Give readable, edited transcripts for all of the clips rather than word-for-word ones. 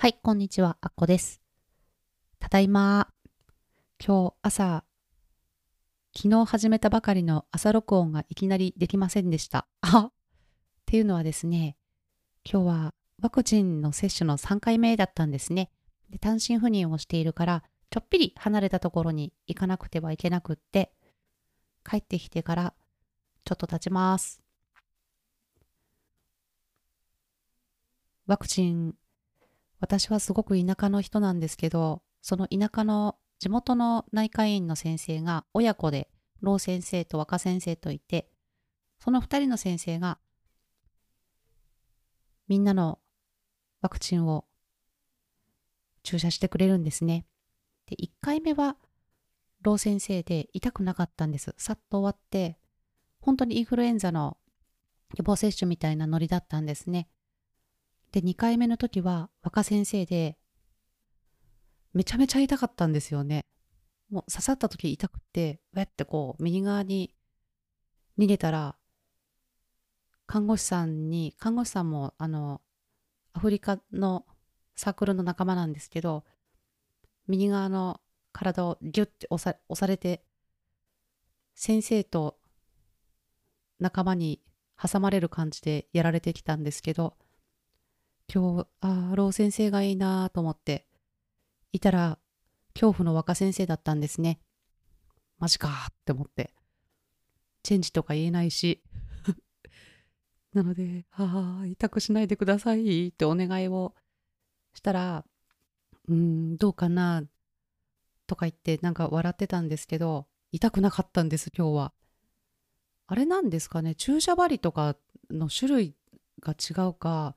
はい、こんにちは、あっこです。ただいま。今日朝、昨日始めたばかりの朝録音がいきなりできませんでした。っていうのはですね、今日はワクチンの接種の3回目だったんですね。で、単身赴任をしているから、ちょっぴり離れたところに行かなくてはいけなくって、帰ってきてからちょっと経ちます。ワクチン、私はすごく田舎の人なんですけど、その田舎の地元の内科医院の先生が親子で、老先生と若先生といて、その2人の先生がみんなのワクチンを注射してくれるんですね。で、1回目は老先生で痛くなかったんです。さっと終わって、本当にインフルエンザの予防接種みたいなノリだったんですね。で、2回目の時は若先生で、めちゃめちゃ痛かったんですよね。もう刺さった時痛くて、ウェってこう右側に逃げたら、看護師さんもアフリカのサークルの仲間なんですけど、右側の体をギュッて押されて、先生と仲間に挟まれる感じでやられてきたんですけど、今日、老先生がいいなと思って、いたら、恐怖の若先生だったんですね。マジかって思って。チェンジとか言えないし。なので、痛くしないでくださいってお願いをしたら、どうかなとか言ってなんか笑ってたんですけど、痛くなかったんです、今日は。あれなんですかね、注射針とかの種類が違うか、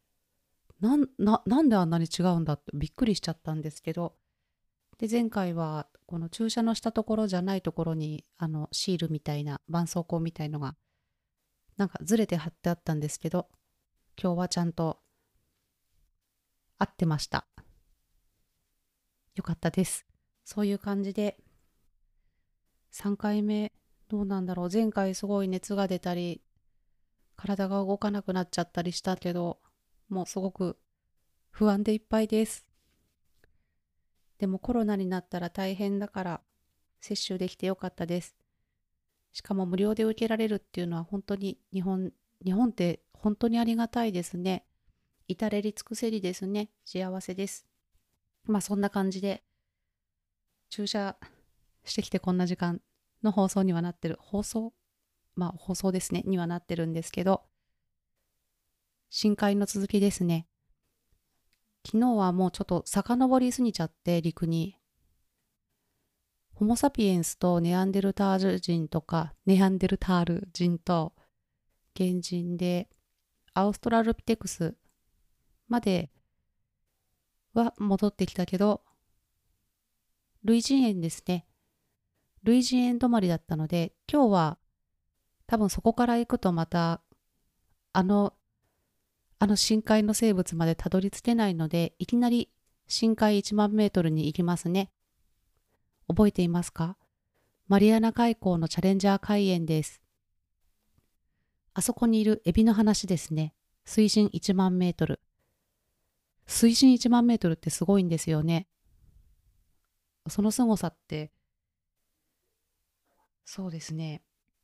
なんであんなに違うんだってびっくりしちゃったんですけど、で、前回はこの注射のしたところじゃないところに、シールみたいな、絆創膏みたいのが、なんかずれて貼ってあったんですけど、今日はちゃんと合ってました。よかったです。そういう感じで、3回目、どうなんだろう。前回すごい熱が出たり、体が動かなくなっちゃったりしたけど、もうすごく不安でいっぱいです。でもコロナになったら大変だから接種できてよかったです。しかも無料で受けられるっていうのは本当に日本って本当にありがたいですね。至れり尽くせりですね。幸せです。まあそんな感じで注射してきてこんな時間の放送にはなってる。放送ですね。にはなってるんですけど、深海の続きですね。昨日はもうちょっと遡りすぎちゃって陸に。ホモ・サピエンスとネアンデルタール人と原人でアウストラロピテクスまでは戻ってきたけど、類人猿ですね。類人猿止まりだったので、今日は多分そこから行くとまたあの、あの深海の生物までたどり着けないので、いきなり深海1万メートルに行きますね。覚えていますか？マリアナ海溝のチャレンジャー海淵です。あそこにいるエビの話ですね。水深1万メートル。水深1万メートルってすごいんですよね。その凄さって、そうですね。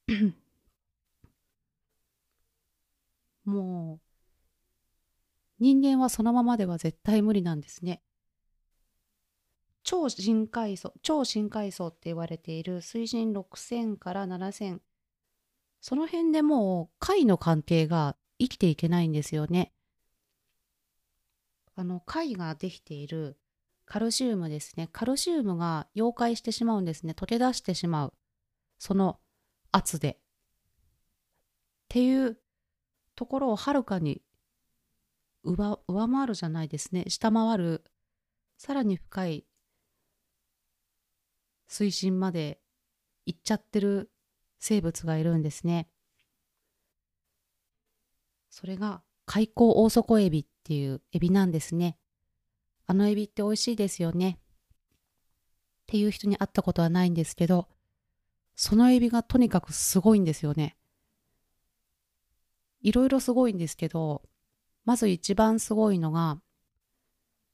もう、人間はそのままでは絶対無理なんですね。超深海層って言われている水深6000から7000、その辺でもう貝の関係が生きていけないんですよね。貝ができているカルシウムですね。カルシウムが溶解してしまうんですね。溶け出してしまう。その圧で。っていうところをはるかに上回るじゃないですね。下回る、さらに深い水深まで行っちゃってる生物がいるんですね。それがカイコウオオソコエビっていうエビなんですね。あのエビって美味しいですよね。っていう人に会ったことはないんですけど、そのエビがとにかくすごいんですよね。いろいろすごいんですけど、まず一番すごいのが、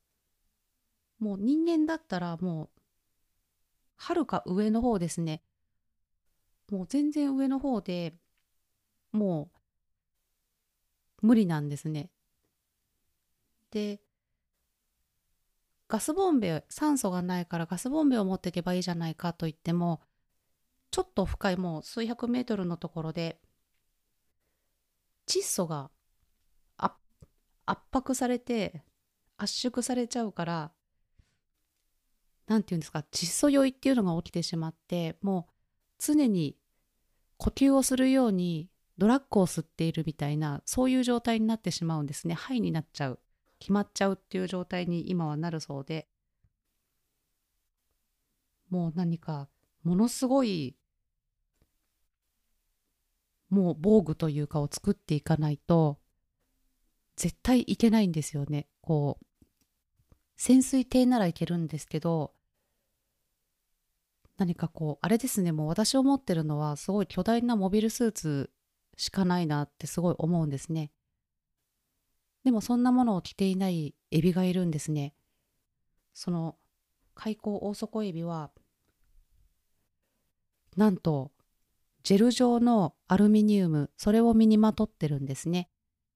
もう人間だったらもうはるか上の方ですね。もう全然上の方でもう無理なんですね。で、ガスボンベ、酸素がないからガスボンベを持っていけばいいじゃないかと言っても、ちょっと深いもう数百メートルのところで窒素が圧圧迫されて圧縮されちゃうから、なんていうんですか、窒素酔いっていうのが起きてしまって、もう常に呼吸をするようにドラッグを吸っているみたいな、そういう状態になってしまうんですね。肺になっちゃう。決まっちゃうっていう状態に今はなるそうで、もう何かものすごいもう防具というかを作っていかないと絶対いけないんですよね。こう潜水艇ならいけるんですけど、何かこうあれですね、もう私思ってるのはすごい巨大なモビルスーツしかないなってすごい思うんですね。でもそんなものを着ていないエビがいるんですね。その開口オオソコエビはなんとジェル状のアルミニウム、それを身にまとってるんですね。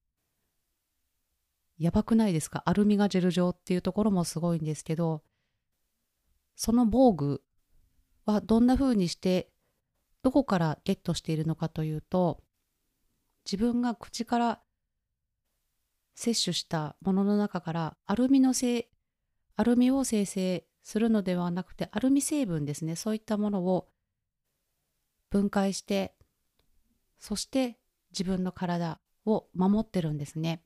やばくないですか？アルミがジェル状っていうところもすごいんですけど、その防具はどんな風にしてどこからゲットしているのかというと、自分が口から摂取したものの中からアルミを生成するのではなくて、アルミ成分ですね、そういったものを分解して、そして自分の体を守ってるんですね。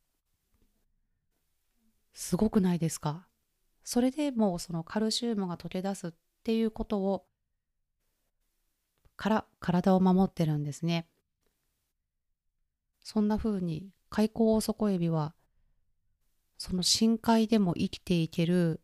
すごくないですか？それでもうそのカルシウムが溶け出すっていうことをから体を守ってるんですね。そんな風にカイコウオオソコエビはその深海でも生きていける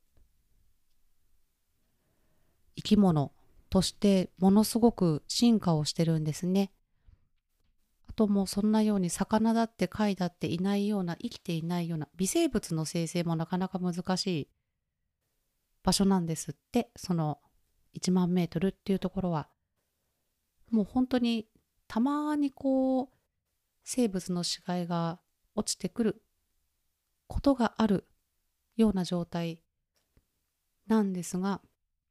生き物としてものすごく進化をしてるんですね。あともうそんなように魚だって貝だっていないような、生きていないような微生物の生成もなかなか難しい場所なんですって。その1万メートルっていうところはもう本当にたまにこう生物の死骸が落ちてくることがあるような状態なんですが、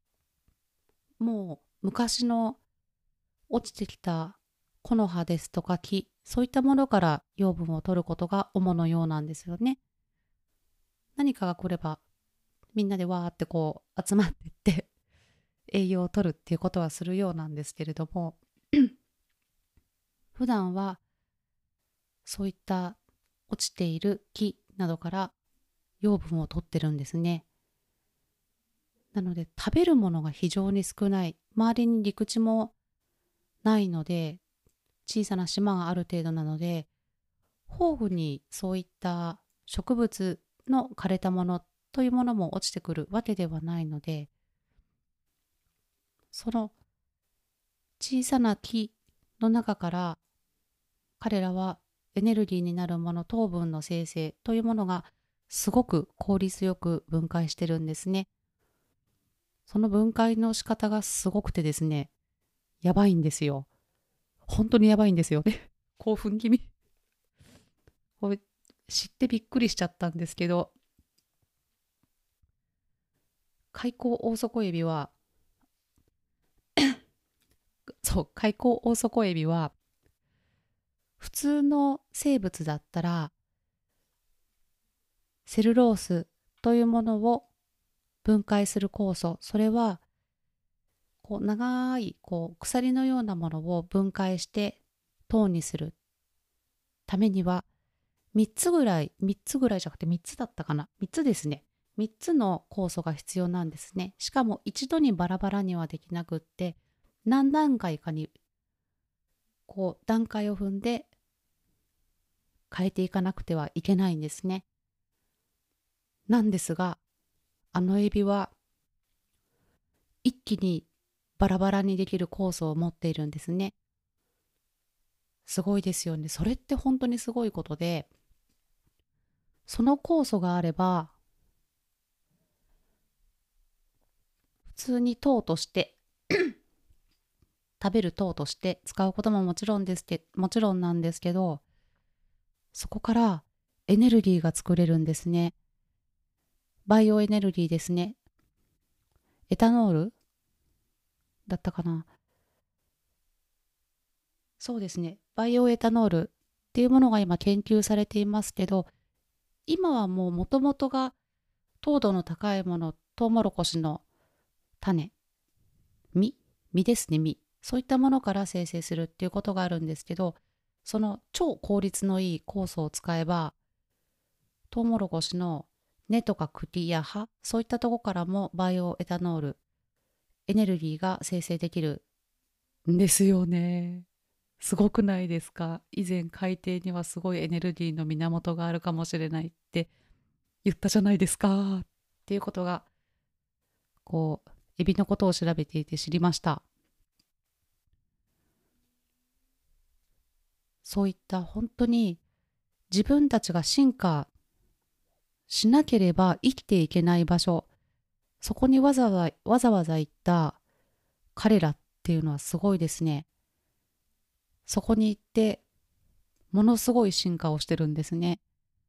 もう昔の落ちてきた木の葉ですとか木、そういったものから養分を取ることが主のようなんですよね。何かが来ればみんなでわーってこう集まっていって栄養を取るっていうことはするようなんですけれども、普段はそういった落ちている木などから養分を取ってるんですね。なので食べるものが非常に少ない。周りに陸地もないので、小さな島がある程度なので、豊富にそういった植物の枯れたものというものも落ちてくるわけではないので、その小さな木の中から彼らはエネルギーになるもの、糖分の生成というものがすごく効率よく分解してるんですね。その分解の仕方がすごくてですね、やばいんですよ。本当にやばいんですよね。興奮気味。これ知ってびっくりしちゃったんですけど、カイコウオオソコエビは、カイコウオオソコエビは、普通の生物だったら、セルロースというものを分解する酵素、それは、こう長いこう鎖のようなものを分解して糖にするためには、3つぐらいじゃなくて3つだったかな。3つですね。3つの酵素が必要なんですね。しかも一度にバラバラにはできなくって、何段階かにこう段階を踏んで変えていかなくてはいけないんですね。なんですが、あのエビは一気にバラバラにできる酵素を持っているんですね。すごいですよね。それって本当にすごいことで、その酵素があれば通に糖として食べる糖として使うことももちろんなんですけど、そこからエネルギーが作れるんですね。バイオエネルギーですね。エタノールだったかな。そうですね。バイオエタノールっていうものが今研究されていますけど、今はもう元々が糖度の高いもの、トウモロコシの種、実ですね、実。そういったものから生成するっていうことがあるんですけど、その超効率のいい酵素を使えば、トウモロコシの根とか茎や葉、そういったところからもバイオエタノール、エネルギーが生成できるんですよね。すごくないですか？以前海底にはすごいエネルギーの源があるかもしれないって言ったじゃないですか。っていうことが、エビのことを調べていて知りました。そういった本当に自分たちが進化しなければ生きていけない場所、そこにわざわざ行った彼らっていうのはすごいですね。そこに行ってものすごい進化をしてるんですね。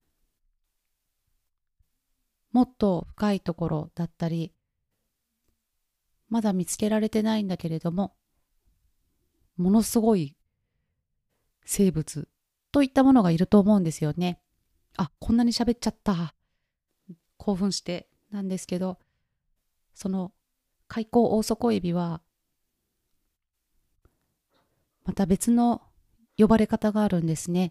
もっと深いところだったり、まだ見つけられてないんだけれども、ものすごい生物といったものがいると思うんですよね。あ、こんなに喋っちゃった。興奮してなんですけど、そのカイコウオオソコエビはまた別の呼ばれ方があるんですね。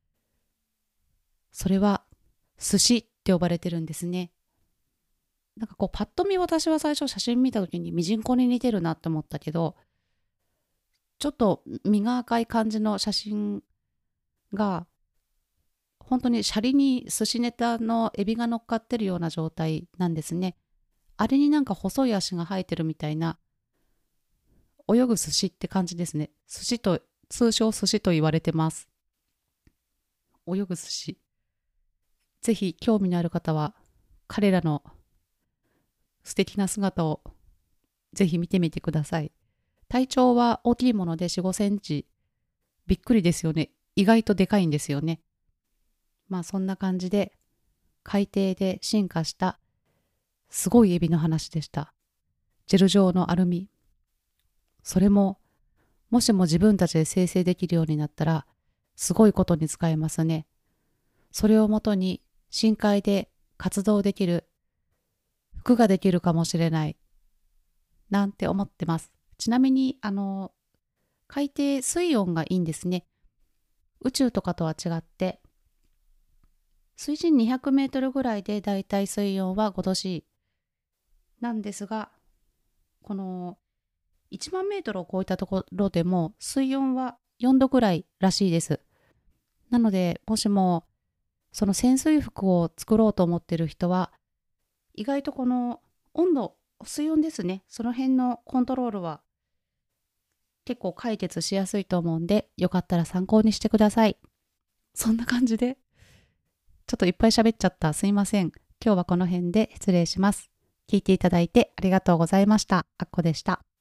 それは寿司って呼ばれてるんですね。なんかパッと見私は最初写真見た時にミジンコに似てるなって思ったけど、ちょっと身が赤い感じの写真が本当にシャリに寿司ネタのエビが乗っかってるような状態なんですね。あれになんか細い足が生えてるみたいな、泳ぐ寿司って感じですね。通称寿司と言われてます。泳ぐ寿司。ぜひ興味のある方は彼らの素敵な姿をぜひ見てみてください。体長は大きいもので4、5センチ。びっくりですよね。意外とでかいんですよね。まあそんな感じで海底で進化したすごいエビの話でした。ジェル状のアルミ。それももしも自分たちで生成できるようになったらすごいことに使えますね。それをもとに深海で活動できる服ができるかもしれないなんて思ってます。ちなみに海底水温がいいんですね。宇宙とかとは違って水深200メートルぐらいでだいたい水温は5度 C なんですが、この1万メートルを超えたところでも水温は4度ぐらいらしいです。なのでもしもその潜水服を作ろうと思っている人は意外とこの温度、水温ですね、その辺のコントロールは結構解決しやすいと思うんで、よかったら参考にしてください。そんな感じでちょっといっぱい喋っちゃった。すいません。今日はこの辺で失礼します。聞いていただいてありがとうございました。あっこでした。